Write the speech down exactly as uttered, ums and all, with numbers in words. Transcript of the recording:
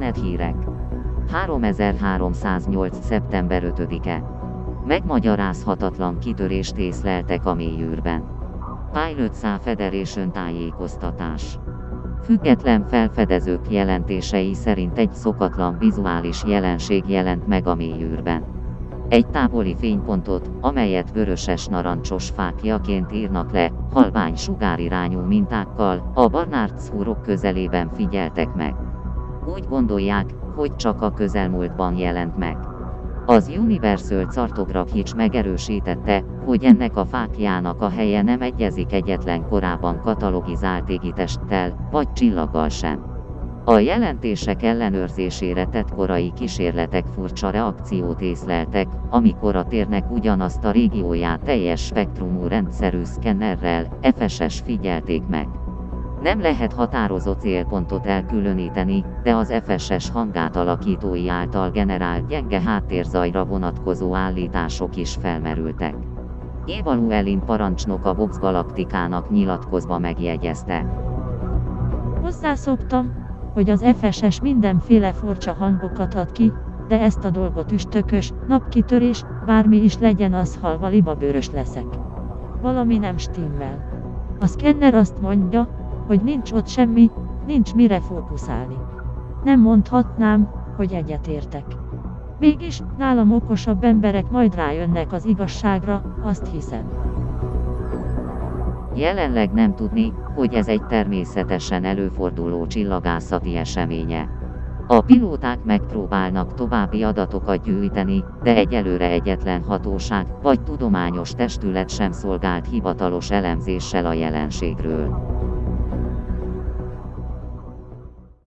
Net hírek. háromezer-háromszáznyolc. szeptember ötödike. Megmagyarázhatatlan kitörést észleltek a mélyűrben. Pilots Federation tájékoztatás. Független felfedezők jelentései szerint egy szokatlan vizuális jelenség jelent meg a mélyűrben. Egy távoli fénypontot, amelyet vöröses-narancsos fáklyaként írnak le, halvány sugárirányú mintákkal, a Barnard szúrok közelében figyeltek meg. Úgy gondolják, hogy csak a közelmúltban jelent meg. Az Universal Chartographics megerősítette, hogy ennek a fákljának a helye nem egyezik egyetlen korábban katalogizált égitesttel, vagy csillaggal sem. A jelentések ellenőrzésére tett korai kísérletek furcsa reakciót észleltek, amikor a térnek ugyanazt a régióját teljes spektrumú rendszerű szkennerrel, ef es es figyelték meg. Nem lehet határozott célpontot elkülöníteni, de az ef es es hangátalakítói által generált gyenge háttérzajra vonatkozó állítások is felmerültek. Eva Llewellyn parancsnok a Vox Galactikának nyilatkozva megjegyezte. Hozzászoktam, hogy az ef es es mindenféle furcsa hangokat ad ki, de ezt a dolgot üstökös, napkitörés, bármi is legyen, az halva libabőrös leszek. Valami nem stimmel. A szkenner azt mondja, hogy nincs ott semmi, nincs mire fókuszálni. Nem mondhatnám, hogy egyetértek. Mégis, nálam okosabb emberek majd rájönnek az igazságra, azt hiszem. Jelenleg nem tudni, hogy ez egy természetesen előforduló csillagászati eseménye. A pilóták megpróbálnak további adatokat gyűjteni, de egyelőre egyetlen hatóság vagy tudományos testület sem szolgált hivatalos elemzéssel a jelenségről.